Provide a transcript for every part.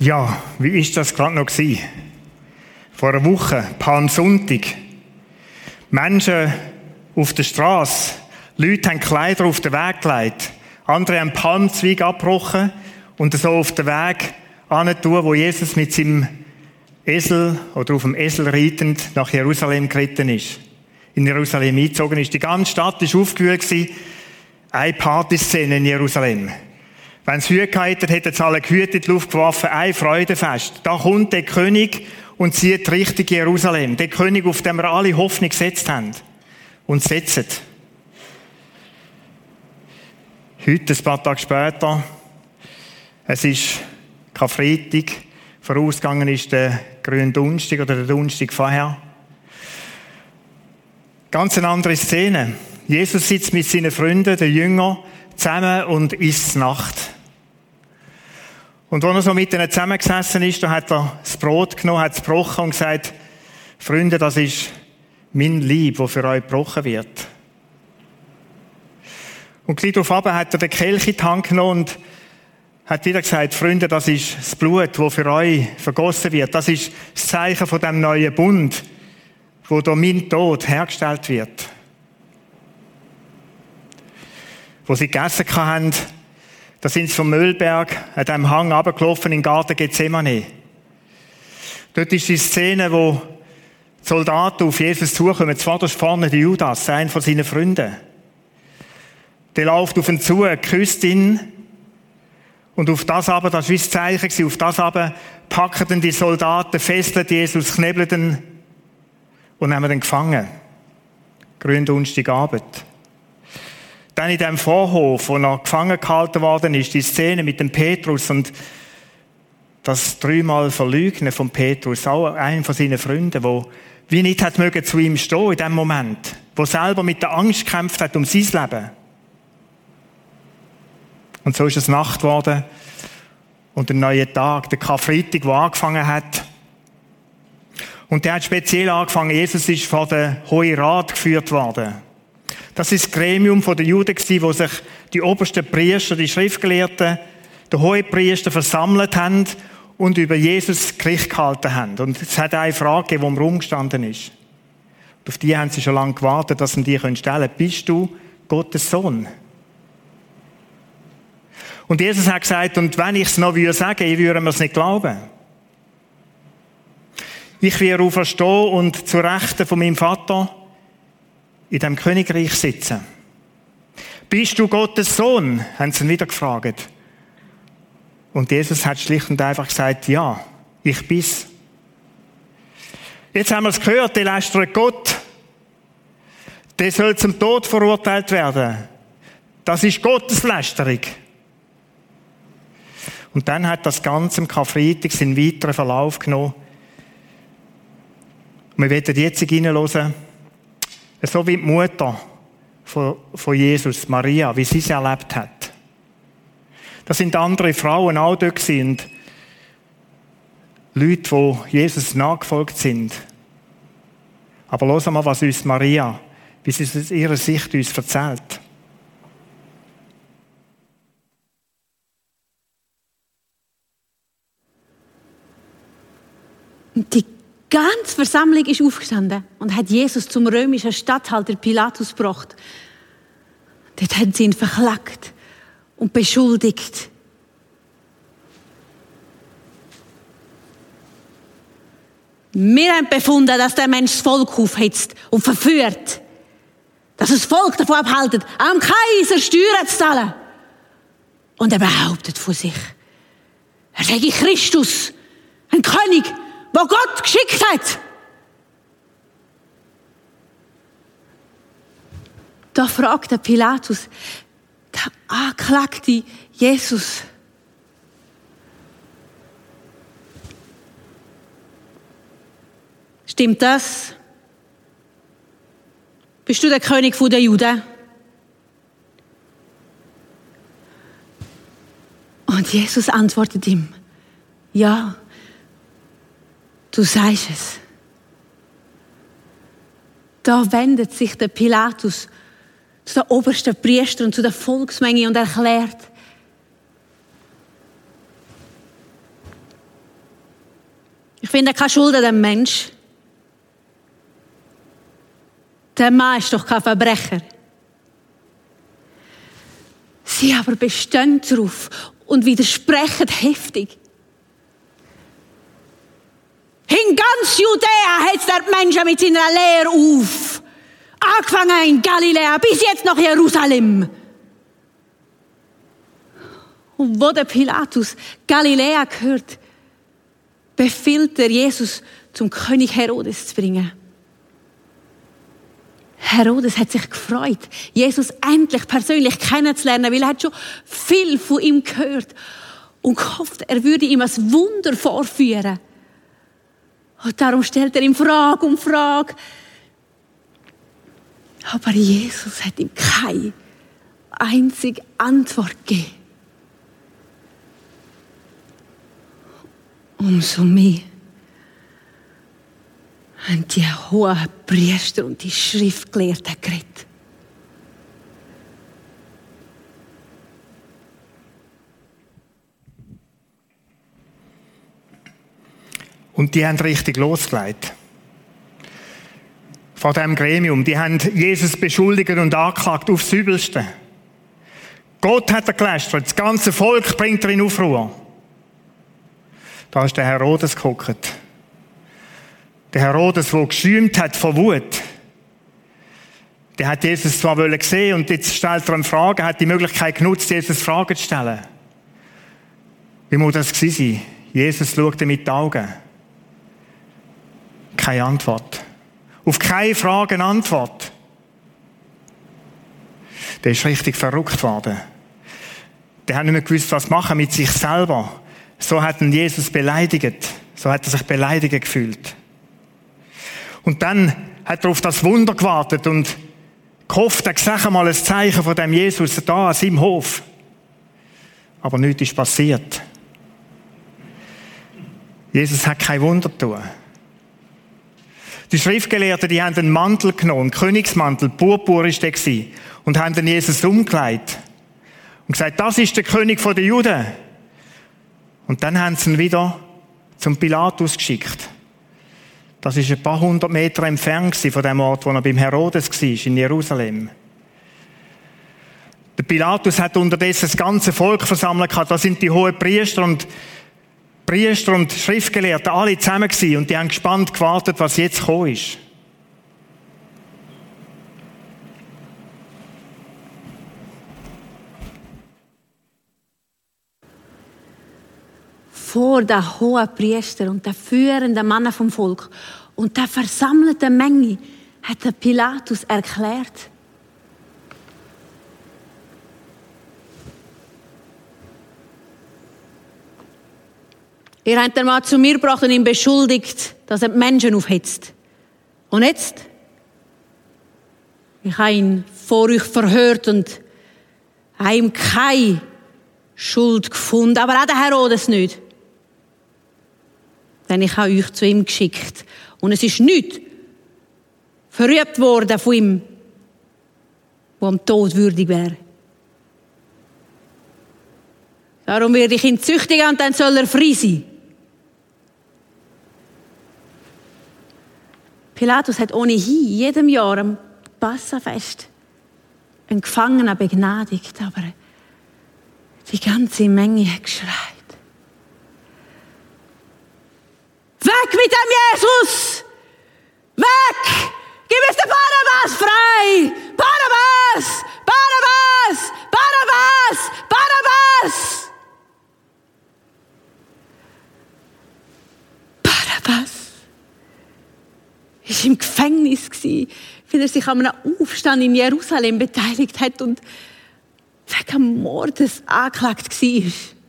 Ja, wie ist das gerade noch gewesen? Vor einer Woche, Palmsonntag. Menschen auf der Straße, Leute haben Kleider auf den Weg gelegt, andere haben Palmzweige abgebrochen und so auf den Weg antun, wo Jesus mit seinem Esel oder auf dem Esel reitend nach Jerusalem geritten ist. In Jerusalem eingezogen ist. Die ganze Stadt war aufgewühlt gewesen. Eine Partyszene in Jerusalem. Wenn es Hüte gehabt hätten sie alle Hüte in die Luft geworfen. Ein Freudefest. Da kommt der König und zieht Richtung Jerusalem. Der König, auf den wir alle Hoffnung gesetzt haben. Und setzen. Heute, ein paar Tage später, es ist Karfreitag, vorausgegangen ist der Gründonnerstag oder der Donnerstag vorher. Ganz eine andere Szene. Jesus sitzt mit seinen Freunden, den Jüngern, zusammen und isst Nacht. Und als er so mit ihnen zusammengesessen ist, da hat er das Brot genommen, hat es gebrochen und gesagt, Freunde, das ist mein Leib, das für euch gebrochen wird. Und gleich darauf hat er den Kelch in die Hand genommen und hat wieder gesagt, Freunde, das ist das Blut, das für euch vergossen wird. Das ist das Zeichen von dem neuen Bund, wo durch mein Tod hergestellt wird. Wo sie gegessen haben, da sind sie vom Müllberg an diesem Hang runtergelaufen in den Garten Gethsemane. Dort ist die Szene, wo die Soldaten auf Jesus zukommen. Zwar ist vorne der Judas, einer von seinen Freunden. Der läuft auf ihn zu, küsst ihn. Und auf das aber, das war wie das Zeichen, auf das aber packen die Soldaten, fesseln Jesus, knebeln ihn und nehmen ihn gefangen. Gründonnerstagabend. Dann in dem Vorhof, wo er gefangen gehalten worden ist, die Szene mit dem Petrus und das 3-mal Verleugnen von Petrus, auch einer von seinen Freunden, der wie nicht hat mögen zu ihm stehen in dem Moment, der selber mit der Angst gekämpft hat um sein Leben. Und so ist es Nacht geworden und der neue Tag, der Karfreitag, der angefangen hat. Und der hat speziell angefangen, Jesus ist vor den Hohen Rat geführt worden. Das ist das Gremium der Juden, wo sich die obersten Priester, die Schriftgelehrten, der Hohepriester versammelt haben und über Jesus Gericht gehalten haben. Und es hat eine Frage gegeben, die im Raum gestanden ist. Und auf die haben sie schon lange gewartet, dass sie die stellen können. Bist du Gottes Sohn? Und Jesus hat gesagt, und wenn ich es noch sagen würde, ich würde mir es nicht glauben. Ich werde auferstehen und zu Rechten von meinem Vater in diesem Königreich sitzen. Bist du Gottes Sohn? Haben sie ihn wieder gefragt. Und Jesus hat schlicht und einfach gesagt, ja, ich bin's. Jetzt haben wir es gehört, der lästert Gott. Der soll zum Tod verurteilt werden. Das ist Gotteslästerung. Und dann hat das Ganze am Karfreitag seinen weiteren Verlauf genommen. Wir werden jetzt hineinhören, so wie die Mutter von Jesus, Maria, wie sie es erlebt hat. Da sind andere Frauen auch dort gewesen. Leute, die Jesus nachgefolgt sind. Aber hören wir, was uns Maria, wie sie es aus ihrer Sicht uns erzählt. Die ganze Versammlung ist aufgestanden und hat Jesus zum römischen Statthalter Pilatus gebracht. Dort haben sie ihn verklagt und beschuldigt. Wir haben befunden, dass der Mensch das Volk aufhetzt und verführt. Dass das Volk davon abhält, am Kaiser Steuern zu zahlen. Und er behauptet von sich, er sei Christus, ein König, wo Gott geschickt hat. Da fragt der Pilatus, der Anklagte Jesus. Stimmt das? Bist du der König der Juden? Und Jesus antwortet ihm, ja, du sagst es. Da wendet sich der Pilatus zu den obersten Priestern und zu der Volksmenge und erklärt, finde keine Schuld an dem Mensch. Der Mann ist doch kein Verbrecher. Sie aber bestehen darauf und widersprechen heftig. In ganz Judäa hetzt der Menschen mit seiner Lehre auf. Angefangen in Galiläa bis jetzt nach Jerusalem. Und wo der Pilatus Galiläa gehört, befiehlt er Jesus zum König Herodes zu bringen. Herodes hat sich gefreut, Jesus endlich persönlich kennenzulernen, weil er hat schon viel von ihm gehört und gehofft, er würde ihm ein Wunder vorführen. Und darum stellt er ihm Frage um Frage. Aber Jesus hat ihm keine einzige Antwort gegeben. Umso mehr haben die hohen Priester und die Schriftgelehrten geredet. Und die haben richtig losgelegt. Vor diesem Gremium. Die haben Jesus beschuldigt und angeklagt aufs Übelste. Gott hat er gelästert. Das ganze Volk bringt er in Aufruhr. Da ist der Herodes geguckt. Der Herodes, der geschäumt hat vor Wut. Der hat Jesus zwar sehen und jetzt stellt er eine Frage, hat die Möglichkeit genutzt, Jesus Fragen zu stellen. Wie muss das gewesen sein? Jesus schaute mit den Augen. Keine Antwort. Auf keine Frage eine Antwort. Der ist richtig verrückt worden. Der hat nicht mehr gewusst, was machen mit sich selber. So hat ihn Jesus beleidigt. So hat er sich beleidigt gefühlt. Und dann hat er auf das Wunder gewartet und gehofft, er sähe mal ein Zeichen von dem Jesus da an seinem Hof. Aber nichts ist passiert. Jesus hat kein Wunder getan. Die Schriftgelehrten, die haben einen Mantel genommen, einen Königsmantel, purpur ist der gewesen, und haben den Jesus umgelegt. Und gesagt, das ist der König der Juden. Und dann haben sie ihn wieder zum Pilatus geschickt. Das ist ein paar hundert Meter entfernt von dem Ort, wo er beim Herodes war, in Jerusalem. Der Pilatus hat unterdessen das ganze Volk versammelt gehabt. Da sind die hohen Priester und Schriftgelehrten alle zusammen gewesen und die haben gespannt gewartet, was jetzt gekommen ist. Vor den hohen Priester und den führenden Männern vom Volk und der versammelten Menge hat der Pilatus erklärt: Ihr habt den Mann zu mir gebracht und ihn beschuldigt, dass er die Menschen aufhetzt. Und jetzt? Ich habe ihn vor euch verhört und habe ihm keine Schuld gefunden, aber auch der Herodes nicht. Denn ich habe euch zu ihm geschickt. Und es ist nichts verübt worden von ihm, wo am Tod würdig wäre. Darum werde ich ihn züchtigen und dann soll er frei sein. Pilatus hat ohnehin jedem Jahr am Passafest einen Gefangenen begnadigt, aber die ganze Menge hat geschreit: Weg mit dem Jesus! Weg! Gib uns den Barabbas frei! Barabbas! Barabbas! Barabbas! Barabbas! Barabbas war im Gefängnis, weil er sich an einem Aufstand in Jerusalem beteiligt hat und wegen Mordes angeklagt war.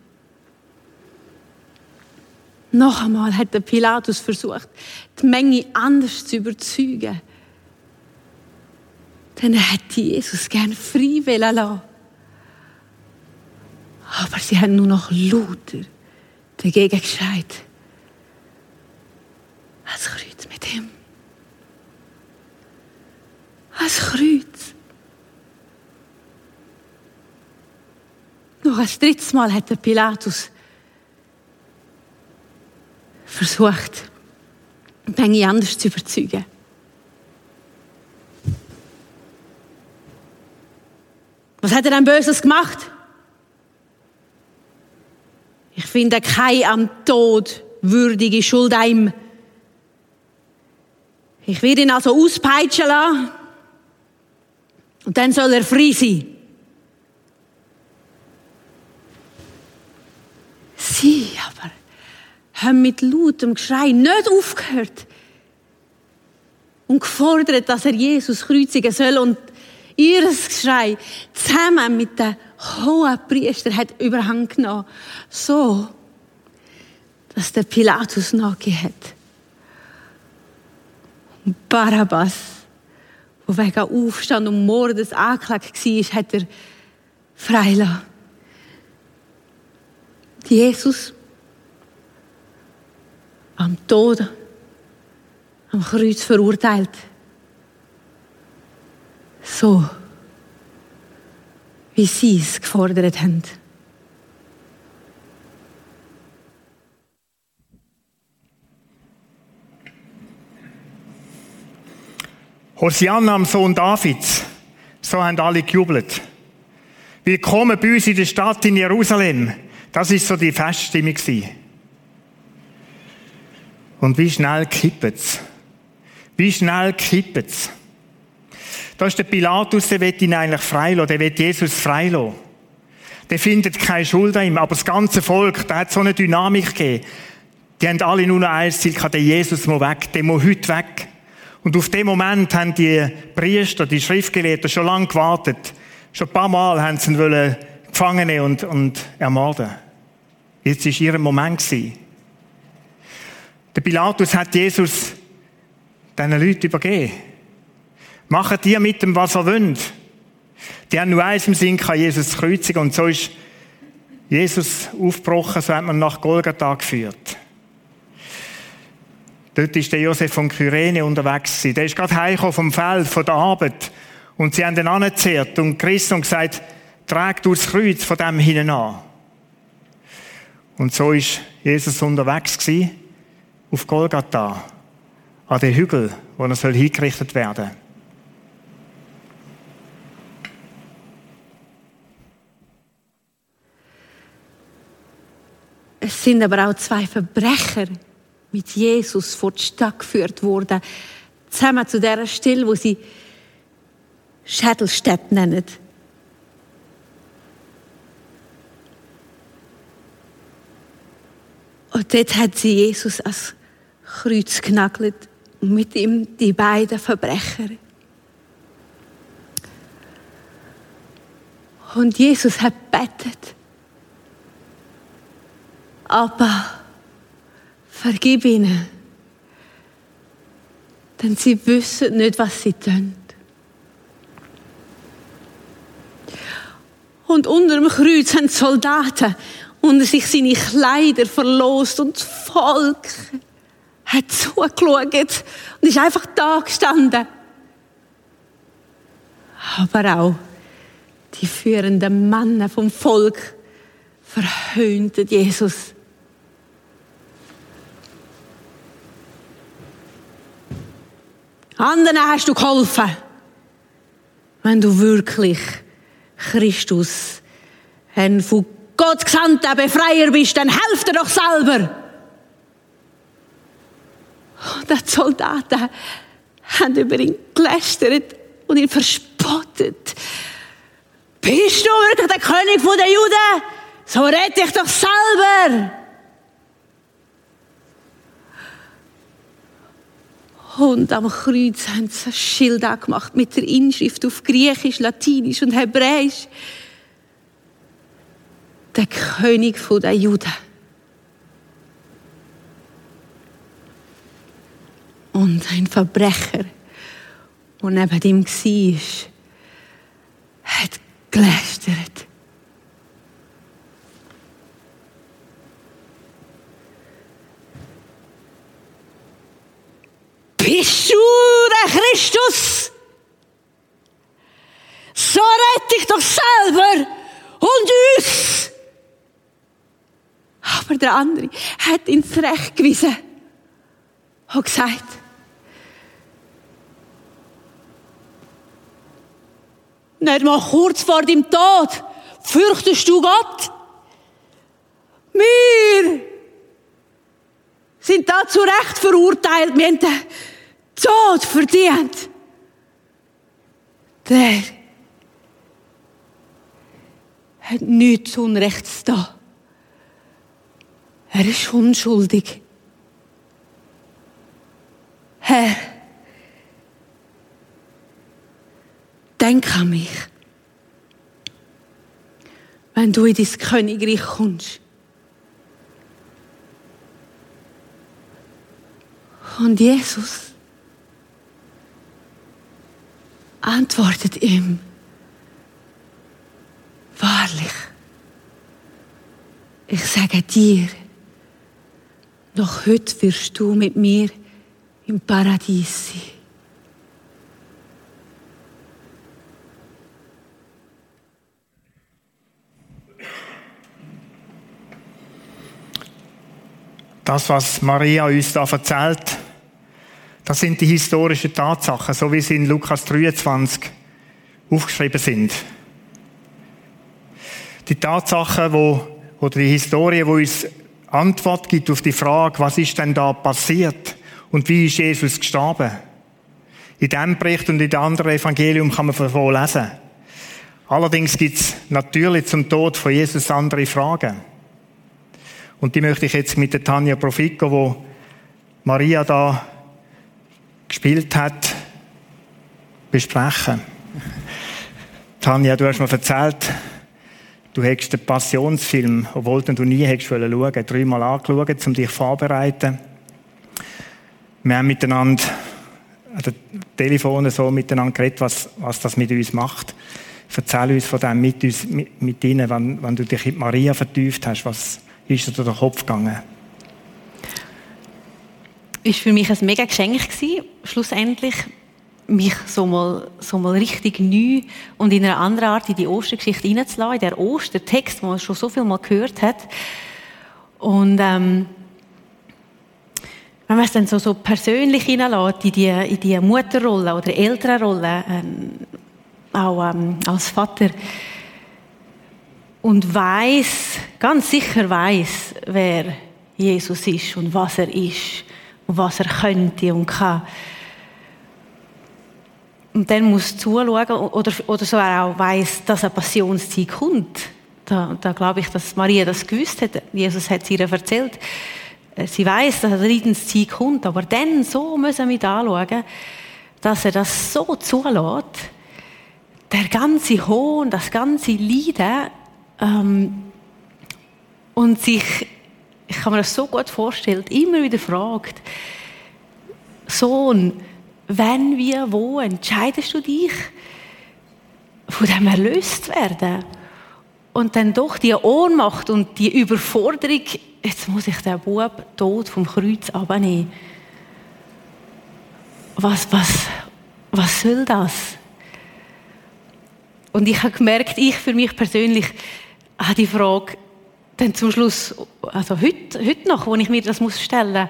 Noch einmal hat der Pilatus versucht, die Menge anders zu überzeugen. Denn er hätte Jesus gerne frei lassen. Aber sie haben nur noch lauter dagegen geschreit: Ein Kreuz mit ihm. Ein Kreuz. Noch ein drittes Mal hat der Pilatus versucht, und fange anders zu überzeugen. Was hat er denn Böses gemacht? Ich finde keine am Tod würdige Schuld an ihm. Ich werde ihn also auspeitschen lassen und dann soll er frei sein. Sie aber haben mit lautem Geschrei nicht aufgehört und gefordert, dass er Jesus kreuzigen soll. Und ihr Geschrei zusammen mit den hohen Priestern hat Überhand genommen, so dass der Pilatus nachgegeben hat. Und Barabbas, der wegen Aufstand und Mordes angeklagt war, hat er freigelassen. Jesus am Tod, am Kreuz verurteilt. So, wie sie es gefordert haben. Hosianna am Sohn Davids, so haben alle gejubelt. Willkommen bei uns in der Stadt in Jerusalem. Das ist so die Feststimmung gewesen. Und wie schnell kippt's? Wie schnell kippt's? Da ist der Pilatus, der will ihn eigentlich freilassen, der will Jesus freilassen. Der findet keine Schuld an ihm, aber das ganze Volk, da hat so eine Dynamik gegeben. Die haben alle nur noch ein Ziel gehabt, der Jesus muss weg, der muss heute weg. Und auf den Moment haben die Priester, die Schriftgelehrten schon lange gewartet. Schon ein paar Mal haben sie ihn gefangen nehmen und ermorden. Jetzt war ihr Moment gewesen. Der Pilatus hat Jesus diesen Leuten übergeben. Machen die mit dem, was er wollt. Die haben nur eins im Sinn, Jesus zu kreuzigen. Und so ist Jesus aufgebrochen, so hat man nach Golgatha geführt. Dort ist der Josef von Kyrene unterwegs gewesen. Der ist gerade heimgekommen vom Feld, von der Arbeit. Und sie haben ihn angezerrt und gerissen und gesagt, trag durchs Kreuz von dem hinten an. Und so ist Jesus unterwegs gewesen, auf Golgatha, an den Hügel, wo er hingerichtet werden soll. Es sind aber auch zwei Verbrecher mit Jesus vor die Stadt geführt worden, zusammen zu der Stelle, wo sie Schädelstätte nennen. Und dort hat sie Jesus ans Kreuz genagelt und mit ihm die beiden Verbrecher. Und Jesus hat gebetet: Abba, vergib ihnen, denn sie wissen nicht, was sie tun. Und unter dem Kreuz haben die Soldaten unter sich seine Kleider verlost und das Volk hat zugeschaut und ist einfach da gestanden. Aber auch die führenden Männer vom Volk verhöhnten Jesus. Anderen hast du geholfen, wenn du wirklich Christus, ein von Gott gesandter Befreier bist, dann helf dir doch selber. Und die Soldaten haben über ihn gelästert und ihn verspottet. Bist du wirklich der König der Juden? So red dich doch selber. Und am Kreuz haben sie ein Schild angemacht mit der Inschrift auf Griechisch, Latinisch und Hebräisch. Der König der Juden. Und ein Verbrecher, der neben ihm war, hat gelästert. Bist du der Christus? So rette dich doch selber und uns. Aber der andere hat ihn zurechtgewiesen. hat gesagt, nicht mal kurz vor dem Tod fürchtest du Gott? Wir sind da zu Recht verurteilt. Wir haben den Tod verdient. Der hat nichts zu Unrechts da. Er ist unschuldig. Herr, denk an mich, wenn du in dein Königreich kommst. Und Jesus antwortet ihm, wahrlich, ich sage dir, noch heute wirst du mit mir im Paradies sein. Das, was Maria uns da erzählt, das sind die historischen Tatsachen, so wie sie in Lukas 23 aufgeschrieben sind. Die Tatsachen, oder die Historie, die uns Antwort gibt auf die Frage, was ist denn da passiert und wie ist Jesus gestorben. In diesem Bericht und in dem anderen Evangelium kann man davon lesen. Allerdings gibt es natürlich zum Tod von Jesus andere Fragen. Und die möchte ich jetzt mit der Tanja Profico, wo Maria da gespielt hat, besprechen. Tanja, du hast mir erzählt, du hättest den Passionsfilm, obwohl du nie hättest schauen wollen, 3-mal angeschaut, um dich vorzubereiten. Wir haben miteinander an den Telefonen so miteinander geredet, was das mit uns macht. Erzähl uns von dem mit ihnen, wenn du dich in Maria vertieft hast. Was ist dir durch den Kopf gegangen? Ist für mich ein mega Geschenk gewesen, schlussendlich, mich so mal richtig neu und in einer anderen Art in die Ostergeschichte hineinzulassen, in der Ostertext, den man schon so viel mal gehört hat. Und wenn man es dann so persönlich hineinlässt, in die Mutterrolle oder Elternrolle, auch als Vater, und ganz sicher weiss, wer Jesus ist und was er ist und was er könnte und kann. Und dann muss zuschauen oder so auch weiss, dass eine Passionszeit kommt. Da glaube ich, dass Maria das gewusst hat. Jesus hat es ihr erzählt. Sie weiss, dass eine Leidenszeit kommt, aber dann so müssen wir anschauen, dass er das so zulässt, der ganze Hohn, das ganze Leiden, und sich, ich kann mir das so gut vorstellen, immer wieder fragt, Sohn, wenn, wie, wo entscheidest du dich, von dem erlöst werden? Und dann doch die Ohnmacht und die Überforderung, jetzt muss ich den Bub tot vom Kreuz abnehmen. Was soll das? Und ich habe gemerkt, für mich persönlich, habe die Frage dann zum Schluss, also heute noch, wo ich mir das muss stellen,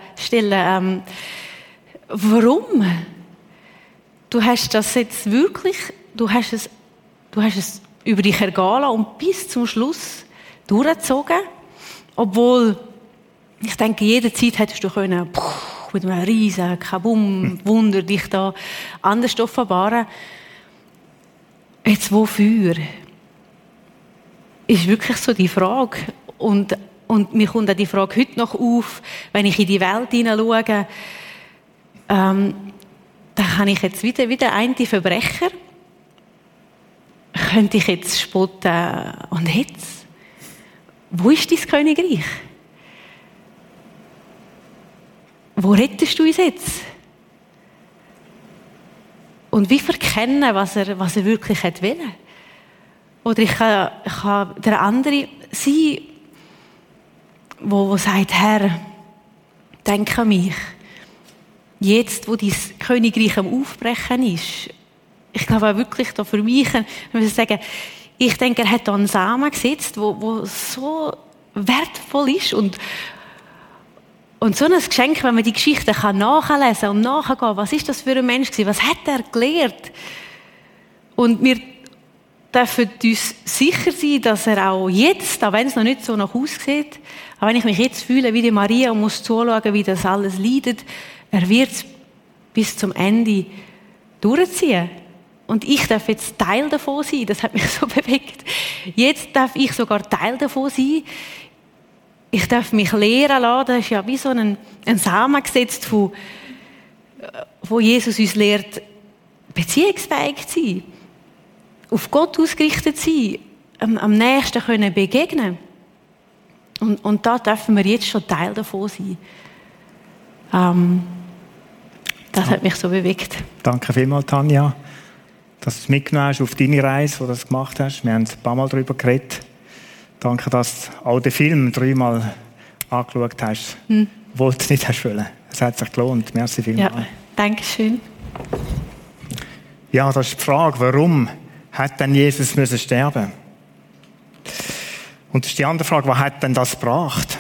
warum? Du hast das jetzt wirklich, du hast es über dich ergehen lassen und bis zum Schluss durchgezogen, obwohl ich denke, jederzeit hättest du können, mit einem riesen Kabum, Wunder dich da anders offenbaren. Jetzt wofür? Ist wirklich so die Frage. Und mir kommt auch die Frage heute noch auf, wenn ich in die Welt hineinschaue, dann kann ich jetzt wieder einen Verbrecher, könnte ich jetzt spotten, und jetzt? Wo ist dein Königreich? Wo rettest du uns jetzt? Und wie verkennen, was er wirklich will? Oder ich kann der andere sein, wo sagt, Herr, denk an mich. Jetzt, wo dein Königreich am Aufbrechen ist. Ich glaube auch wirklich, da für mich, wenn wir sagen, ich denke, er hat da einen Samen gesetzt, wo so wertvoll ist und Und so ein Geschenk, wenn man die Geschichte nachlesen kann und nachgehen, was ist das für ein Mensch gewesen? Was hat er gelehrt? Und wir dürfen uns sicher sein, dass er auch jetzt, auch wenn es noch nicht so nach aussieht, auch wenn ich mich jetzt fühle wie die Maria und muss zuschauen, wie das alles leidet, er wird es bis zum Ende durchziehen. Und ich darf jetzt Teil davon sein. Das hat mich so bewegt. Jetzt darf ich sogar Teil davon sein. Ich darf mich lehren lassen. Das ist ja wie so ein Samen gesetzt, wo Jesus uns lehrt, beziehungsfähig zu sein, auf Gott ausgerichtet zu sein, am Nächsten können begegnen. Und da dürfen wir jetzt schon Teil davon sein. Das hat mich so bewegt. Danke vielmals, Tanja, dass du es mitgenommen hast auf deine Reise, wo du das gemacht hast. Wir haben ein paar Mal darüber geredet. Danke, dass du auch den Film 3-mal angeschaut hast. Obwohl du es nicht hast wollen. Es hat sich gelohnt. Merci vielmals. Ja, danke schön. Ja, das ist die Frage, warum hat denn Jesus müssen sterben? Und das ist die andere Frage, was hat denn das gebracht?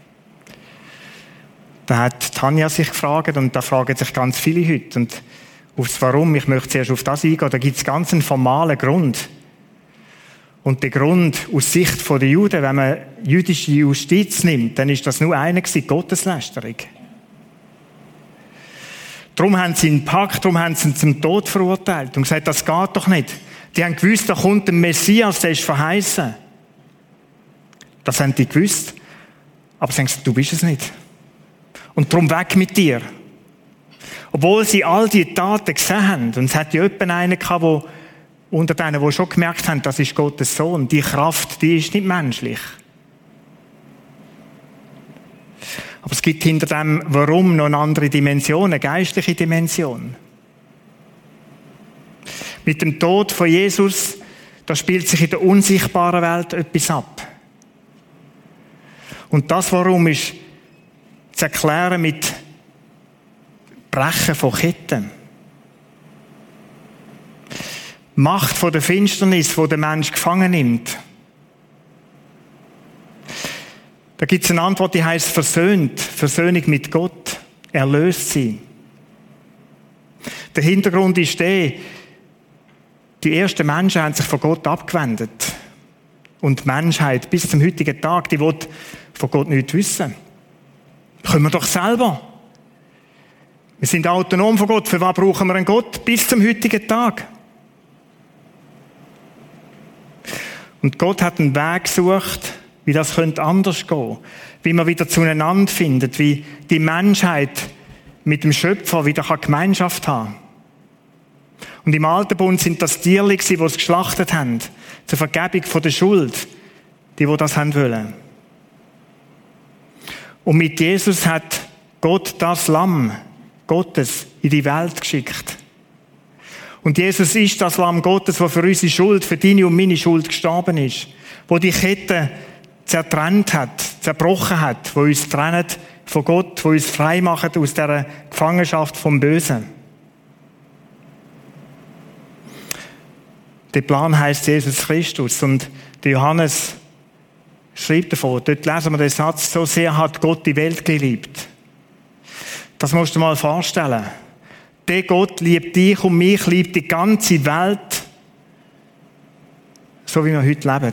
Da hat Tanja sich gefragt und da fragen sich ganz viele heute. Und aufs Warum, ich möchte zuerst auf das eingehen, da gibt es ganz einen formalen Grund. Und der Grund aus Sicht der Juden, wenn man jüdische Justiz nimmt, dann ist das nur einer gewesen, Gotteslästerung. Darum haben sie ihn gepackt, darum haben sie ihn zum Tod verurteilt und gesagt, das geht doch nicht. Die haben gewusst, da kommt ein Messias, der ist verheißen. Das haben die gewusst. Aber sie haben gesagt, du bist es nicht. Und darum weg mit dir. Obwohl sie all die Taten gesehen haben. Und es hat ja jemand einen gehabt, der unter denen, die schon gemerkt haben, das ist Gottes Sohn. Die Kraft, die ist nicht menschlich. Aber es gibt hinter dem Warum noch eine andere Dimension, eine geistliche Dimension. Mit dem Tod von Jesus, da spielt sich in der unsichtbaren Welt etwas ab. Und das Warum ist zu erklären mit Brechen von Ketten. Macht von der Finsternis, die der Mensch gefangen nimmt. Da gibt es eine Antwort, die heißt versöhnt. Versöhnung mit Gott. Erlöst sie. Der Hintergrund ist der, die ersten Menschen haben sich von Gott abgewendet. Und die Menschheit bis zum heutigen Tag, die will von Gott nichts wissen. Können wir doch selber. Wir sind autonom von Gott. Für was brauchen wir einen Gott? Bis zum heutigen Tag. Und Gott hat einen Weg gesucht, wie das könnte anders gehen. Wie man wieder zueinander findet. Wie die Menschheit mit dem Schöpfer wieder Gemeinschaft haben kann. Und im Alten Bund sind das Tiere, die es geschlachtet haben. Zur Vergebung von der Schuld. Die das haben wollen. Und mit Jesus hat Gott das Lamm Gottes in die Welt geschickt. Und Jesus ist das Lamm Gottes, das für unsere Schuld, für deine und meine Schuld gestorben ist. Wo die Kette zertrennt hat, zerbrochen hat, wo uns trennt von Gott, wo uns frei macht aus dieser Gefangenschaft vom Bösen. Der Plan heisst Jesus Christus und der Johannes schreibt davon, dort lesen wir den Satz, so sehr hat Gott die Welt geliebt. Das musst du dir mal vorstellen. Der Gott liebt dich und mich, liebt die ganze Welt, so wie wir heute leben.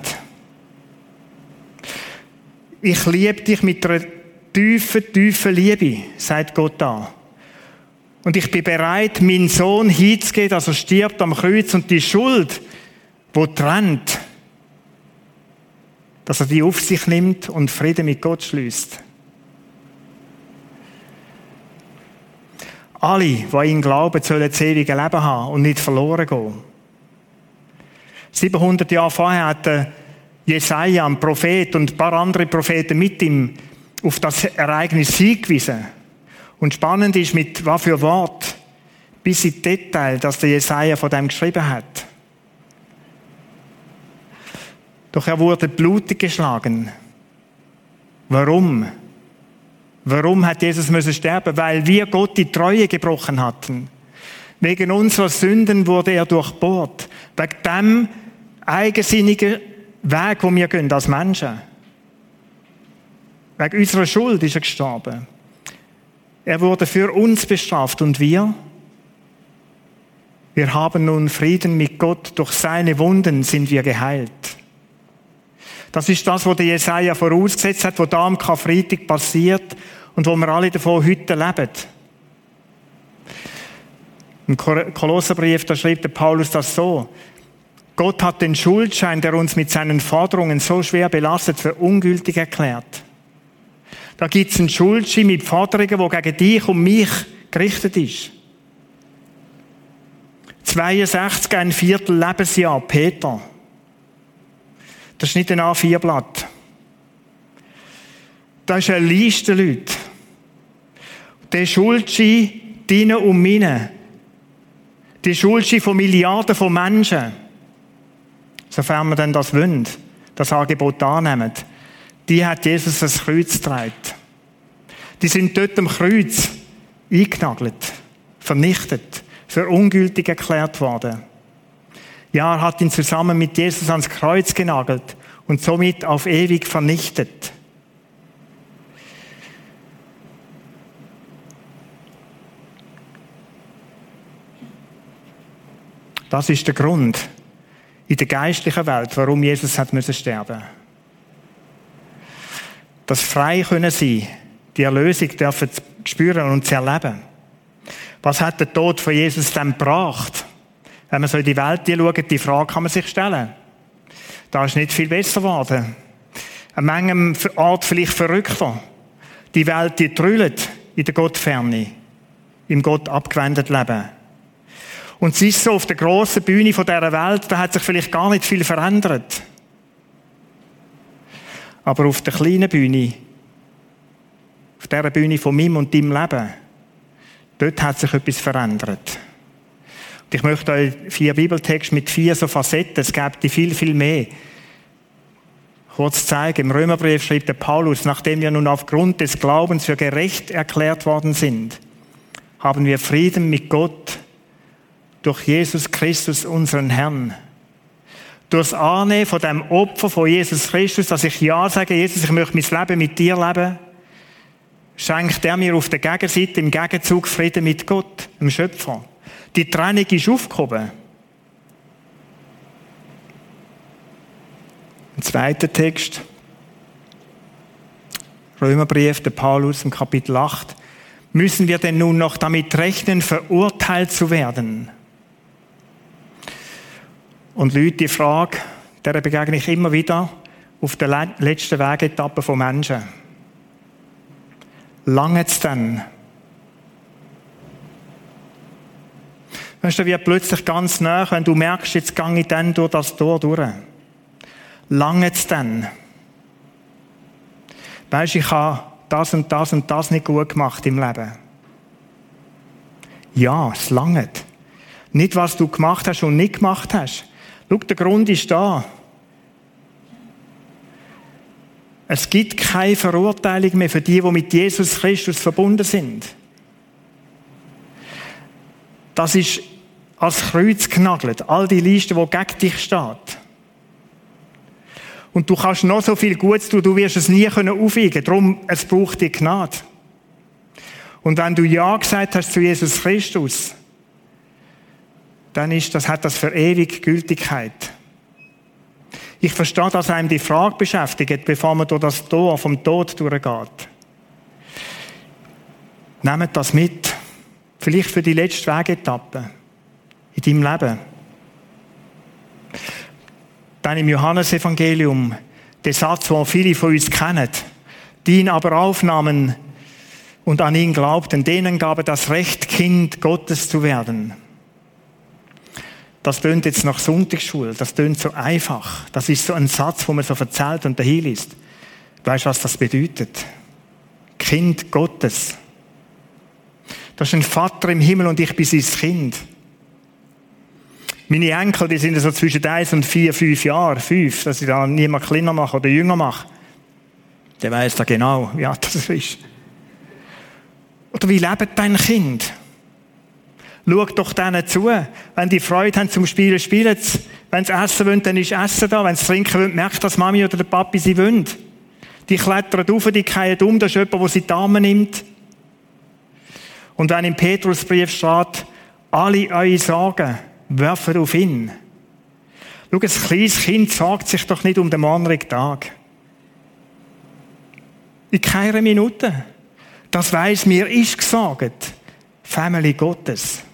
Ich liebe dich mit einer tiefen, tiefen Liebe, sagt Gott da. Und ich bin bereit, meinen Sohn hinzugeben, dass er stirbt am Kreuz und die Schuld, die trennt, dass er die auf sich nimmt und Frieden mit Gott schließt. Alle, die an ihn glauben, sollen das ewige Leben haben und nicht verloren gehen. 700 Jahre vorher hat Jesaja, ein Prophet und ein paar andere Propheten mit ihm auf das Ereignis hingewiesen. Und spannend ist, mit was für Wort, bis in Detail, dass der Jesaja von dem geschrieben hat. Doch er wurde blutig geschlagen. Warum? Warum hat Jesus müssen sterben? Weil wir Gott die Treue gebrochen hatten. Wegen unserer Sünden wurde er durchbohrt. Wegen dem eigensinnigen Weg, wo wir gehen als Menschen. Wegen unserer Schuld ist er gestorben. Er wurde für uns bestraft und wir haben nun Frieden mit Gott. Durch seine Wunden sind wir geheilt. Das ist das, was der Jesaja vorausgesetzt hat, was da am Karfreitag passiert und wo wir alle davon heute leben. Im Kolosserbrief, da schreibt der Paulus das so: Gott hat den Schuldschein, der uns mit seinen Forderungen so schwer belastet, für ungültig erklärt. Da gibt es einen Schuldschein mit Forderungen, der gegen dich und mich gerichtet ist. 62, ein Viertel Lebensjahr, Peter. Das ist nicht ein A4-Blatt. Das ist eine Liste, Leute. Der Schuldschein deiner und meiner. Der Schuldschein von Milliarden von Menschen. Sofern wir denn das wollen, das Angebot annehmen. Die hat Jesus ans Kreuz getragen. Die sind dort am Kreuz eingenagelt, vernichtet, für ungültig erklärt worden. Ja, er hat ihn zusammen mit Jesus ans Kreuz genagelt und somit auf ewig vernichtet. Das ist der Grund in der geistlichen Welt, warum Jesus hat müssen sterben. Das frei können sein, die Erlösung dürfen spüren und zu erleben. Was hat der Tod von Jesus denn gebracht? Wenn man so in die Welt schaut, die Frage kann man sich stellen. Da ist nicht viel besser geworden. An manchem Art vielleicht verrückter. Die Welt, die trüllt in der Gottferne, im Gott abgewendeten Leben. Und es ist so, auf der grossen Bühne von dieser Welt, da hat sich vielleicht gar nicht viel verändert. Aber auf der kleinen Bühne, auf dieser Bühne von meinem und deinem Leben, dort hat sich etwas verändert. Und ich möchte euch 4 Bibeltexte mit 4 so Facetten, es gibt die viel, viel mehr, kurz zeigen. Im Römerbrief schreibt der Paulus: Nachdem wir nun aufgrund des Glaubens für gerecht erklärt worden sind, haben wir Frieden mit Gott durch Jesus Christus, unseren Herrn. Durch das Annehmen von dem Opfer von Jesus Christus, dass ich Ja sage: Jesus, ich möchte mein Leben mit dir leben, schenkt er mir auf der Gegenseite im Gegenzug Frieden mit Gott, dem Schöpfer. Die Trennung ist aufgehoben. Ein zweiter Text. Römerbrief, der Paulus im Kapitel 8. Müssen wir denn nun noch damit rechnen, verurteilt zu werden? Und Leute, die Frage, der begegne ich immer wieder auf der letzten Wegetappe von Menschen. Lange es denn? Weißt du, wird plötzlich ganz nah, wenn du merkst, jetzt gehe ich dann durch das Tor durch. Lange es denn? Weißt du, ich habe das und das und das nicht gut gemacht im Leben. Ja, es langt. Nicht, was du gemacht hast und nicht gemacht hast. Schau, der Grund ist da. Es gibt keine Verurteilung mehr für die mit Jesus Christus verbunden sind. Das ist als Kreuz genagelt. All die Listen, die gegen dich steht. Und du kannst noch so viel Gutes tun, du wirst es nie aufwiegen können. Darum, es braucht die Gnade. Und wenn du Ja gesagt hast zu Jesus Christus, dann hat das für ewig Gültigkeit. Ich verstehe, dass einem die Frage beschäftigt, bevor man durch das Tor vom Tod durchgeht. Nehmt das mit. Vielleicht für die letzte Wegetappe in deinem Leben. Dann im Johannesevangelium, der Satz, den viele von uns kennen, die ihn aber aufnahmen und an ihn glaubten, denen gab er das Recht, Kind Gottes zu werden. Das tönt jetzt nach Sonntagsschule, das tönt so einfach. Das ist so ein Satz, wo man so erzählt und dahin liest. Weißt du, was das bedeutet? Kind Gottes. Das ist ein Vater im Himmel und ich bin sein Kind. Meine Enkel, die sind so zwischen 1 und 4, 5 Jahren, 5, dass ich da niemand kleiner mache oder jünger mache. Der weiss da genau, wie alt das ist. Oder wie lebt dein Kind? Schau doch denen zu. Wenn die Freude haben zum Spielen, spielen sie. Wenn sie essen wollen, dann ist Essen da. Wenn sie trinken wollen, merkt das Mami oder der Papi sie wollen. Die klettern auf, die fallen um, das ist jemand, der sie in die Arme nimmt. Und wenn im Petrusbrief steht, alle eure Sorgen werfen auf ihn. Schau, ein kleines Kind sorgt sich doch nicht um den morgigen Tag. In keiner Minute. Das weiss, mir ist gesagt. Family Gottes.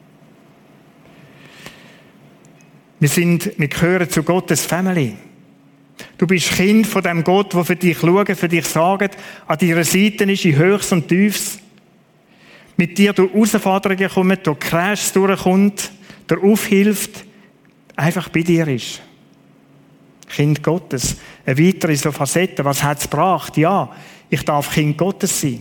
Wir gehören zu Gottes Family. Du bist Kind von dem Gott, der für dich schaut, für dich sorgt, an deiner Seite ist, in Höchst und Tiefs. Mit dir durch Herausforderungen kommt, durch Crashs durchkommt, der aufhilft, einfach bei dir ist. Kind Gottes. Eine weitere so Facette. Was hat es gebracht? Ja, ich darf Kind Gottes sein.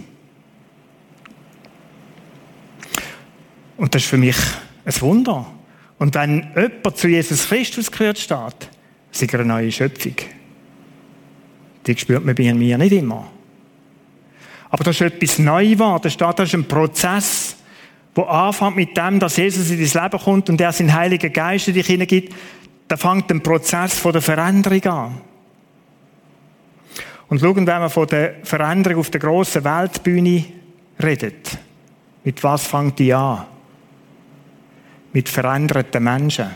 Und das ist für mich ein Wunder. Und wenn jemand zu Jesus Christus gehört steht, ist er eine neue Schöpfung. Die spürt man bei mir nicht immer. Aber das ist etwas Neues geworden. Das ist ein Prozess, der anfängt mit dem, dass Jesus in dein Leben kommt und er seinen Heiligen Geist in dich hineingibt. Da fängt ein Prozess von der Veränderung an. Und schauen, wenn man von der Veränderung auf der grossen Weltbühne redet, mit was fängt die an? Mit veränderten Menschen.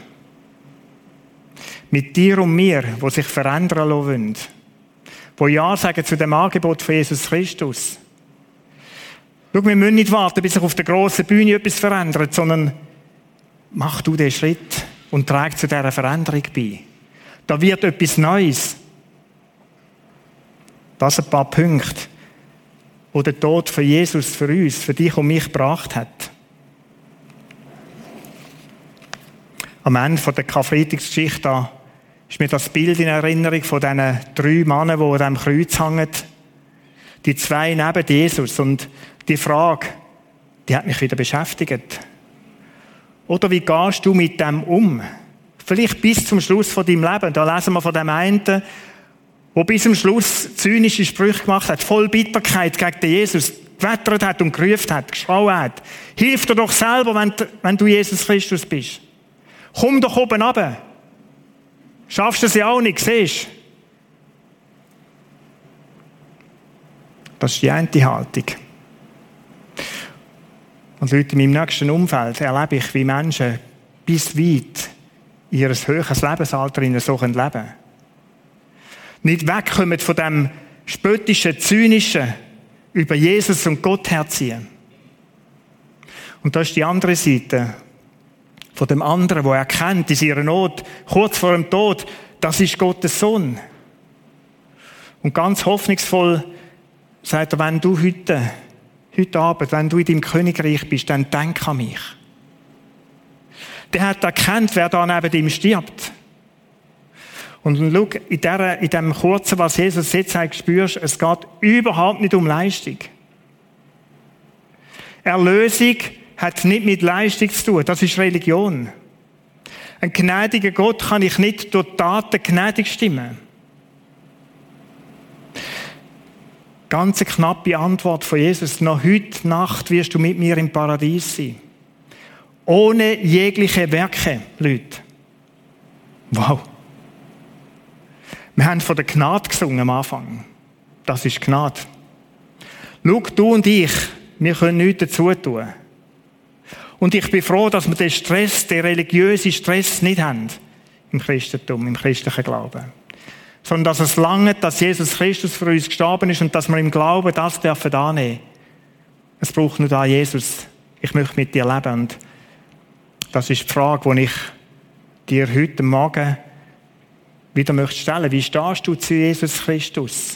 Mit dir und mir, die sich verändern lassen wollen. Die Ja sagen zu dem Angebot von Jesus Christus. Schau, wir müssen nicht warten, bis sich auf der grossen Bühne etwas verändert, sondern mach du den Schritt und trag zu dieser Veränderung bei. Da wird etwas Neues. Das ein paar Punkte, die der Tod von Jesus für uns, für dich und mich gebracht hat. Am Ende der Karfreitagsgeschichte ist mir das Bild in Erinnerung von diesen 3 Männern, die an diesem Kreuz hängen. Die 2 neben Jesus. Und die Frage, die hat mich wieder beschäftigt. Oder wie gehst du mit dem um? Vielleicht bis zum Schluss von deinem Leben. Da lesen wir von dem einen, der bis zum Schluss zynische Sprüche gemacht hat, voll Bitterkeit gegen den Jesus, gewettert hat und gerufen hat, geschrauen hat. Hilf dir doch selber, wenn du Jesus Christus bist. Komm doch oben runter. Schaffst du es ja auch nicht, siehst du? Das ist die eine Haltung. Und Leute, in meinem nächsten Umfeld erlebe ich, wie Menschen bis weit in ihr höheres Lebensalter in so leben können. Nicht wegkommen von dem spöttischen, zynischen über Jesus und Gott herziehen. Und das ist die andere Seite. Von dem anderen, der erkennt, in seiner Not, kurz vor dem Tod, das ist Gottes Sohn. Und ganz hoffnungsvoll sagt er, wenn du heute Abend, wenn du in deinem Königreich bist, dann denk an mich. Der hat erkannt, wer da neben ihm stirbt. Und schau, in dem Kurzen, was Jesus jetzt sagt, spürst, es geht überhaupt nicht um Leistung. Erlösung hat nicht mit Leistung zu tun. Das ist Religion. Ein gnädiger Gott kann ich nicht durch Taten gnädig stimmen. Ganz eine knappe Antwort von Jesus. Noch heute Nacht wirst du mit mir im Paradies sein. Ohne jegliche Werke, Leute. Wow. Wir haben von der Gnade gesungen am Anfang. Das ist Gnade. Schau, du und ich, wir können nichts dazu tun. Und ich bin froh, dass wir den Stress, den religiösen Stress nicht haben im Christentum, im christlichen Glauben. Sondern dass es lange, dass Jesus Christus für uns gestorben ist und dass wir im Glauben das dürfen annehmen. Es braucht nur da Jesus. Ich möchte mit dir leben. Und das ist die Frage, die ich dir heute Morgen wieder möchte stellen. Wie stehst du zu Jesus Christus?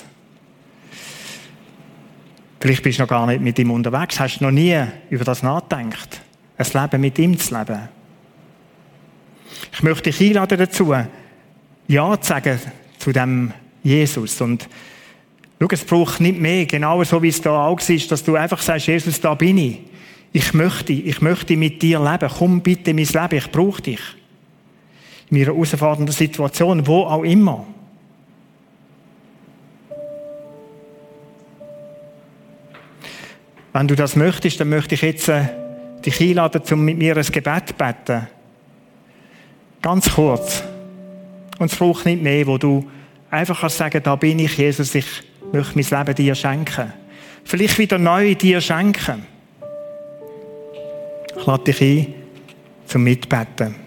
Vielleicht bist du noch gar nicht mit ihm unterwegs, hast noch nie über das nachgedacht. Ein Leben mit ihm zu leben. Ich möchte dich einladen dazu, Ja zu sagen zu dem Jesus. Und schau, es braucht nicht mehr, genau so wie es da auch ist, dass du einfach sagst, Jesus, da bin ich. Ich möchte mit dir leben. Komm bitte in mein Leben, ich brauche dich. In meiner herausfordernden Situation, wo auch immer. Wenn du das möchtest, dann möchte ich jetzt dich einladen, um mit mir ein Gebet zu beten. Ganz kurz. Und es braucht nicht mehr, wo du einfach kannst sagen, da bin ich, Jesus, ich möchte mein Leben dir schenken. Vielleicht wieder neu dir schenken. Ich lade dich ein, zum Mitbeten.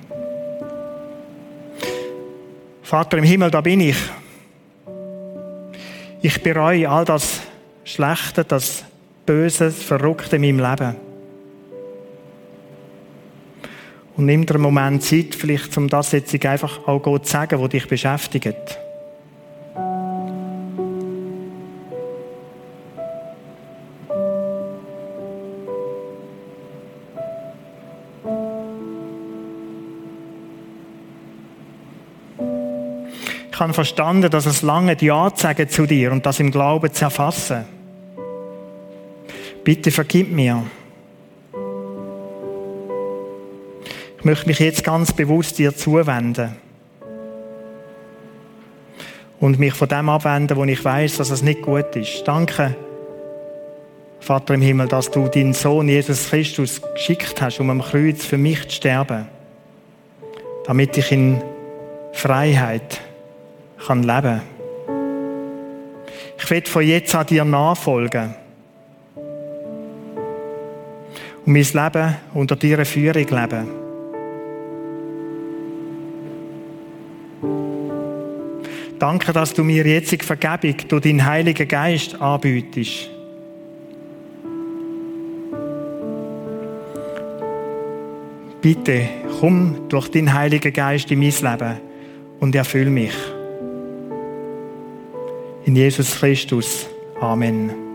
Vater im Himmel, da bin ich. Ich bereue all das Schlechte, das Böse, das Verrückte in meinem Leben. Und nimm dir einen Moment Zeit, vielleicht, um das jetzt einfach auch Gott zu sagen, was dich beschäftigt. Ich habe verstanden, dass es lange Ja zu sagen zu dir und das im Glauben zu erfassen. Bitte vergib mir. Ich möchte mich jetzt ganz bewusst dir zuwenden. Und mich von dem abwenden, wo ich weiß, dass es nicht gut ist. Danke, Vater im Himmel, dass du deinen Sohn Jesus Christus geschickt hast, um am Kreuz für mich zu sterben. Damit ich in Freiheit kann leben. Ich will von jetzt an dir nachfolgen. Und mein Leben unter deiner Führung leben. Danke, dass du mir jetzt Vergebung durch deinen Heiligen Geist anbietest. Bitte, komm durch deinen Heiligen Geist in mein Leben und erfüll mich. In Jesus Christus. Amen.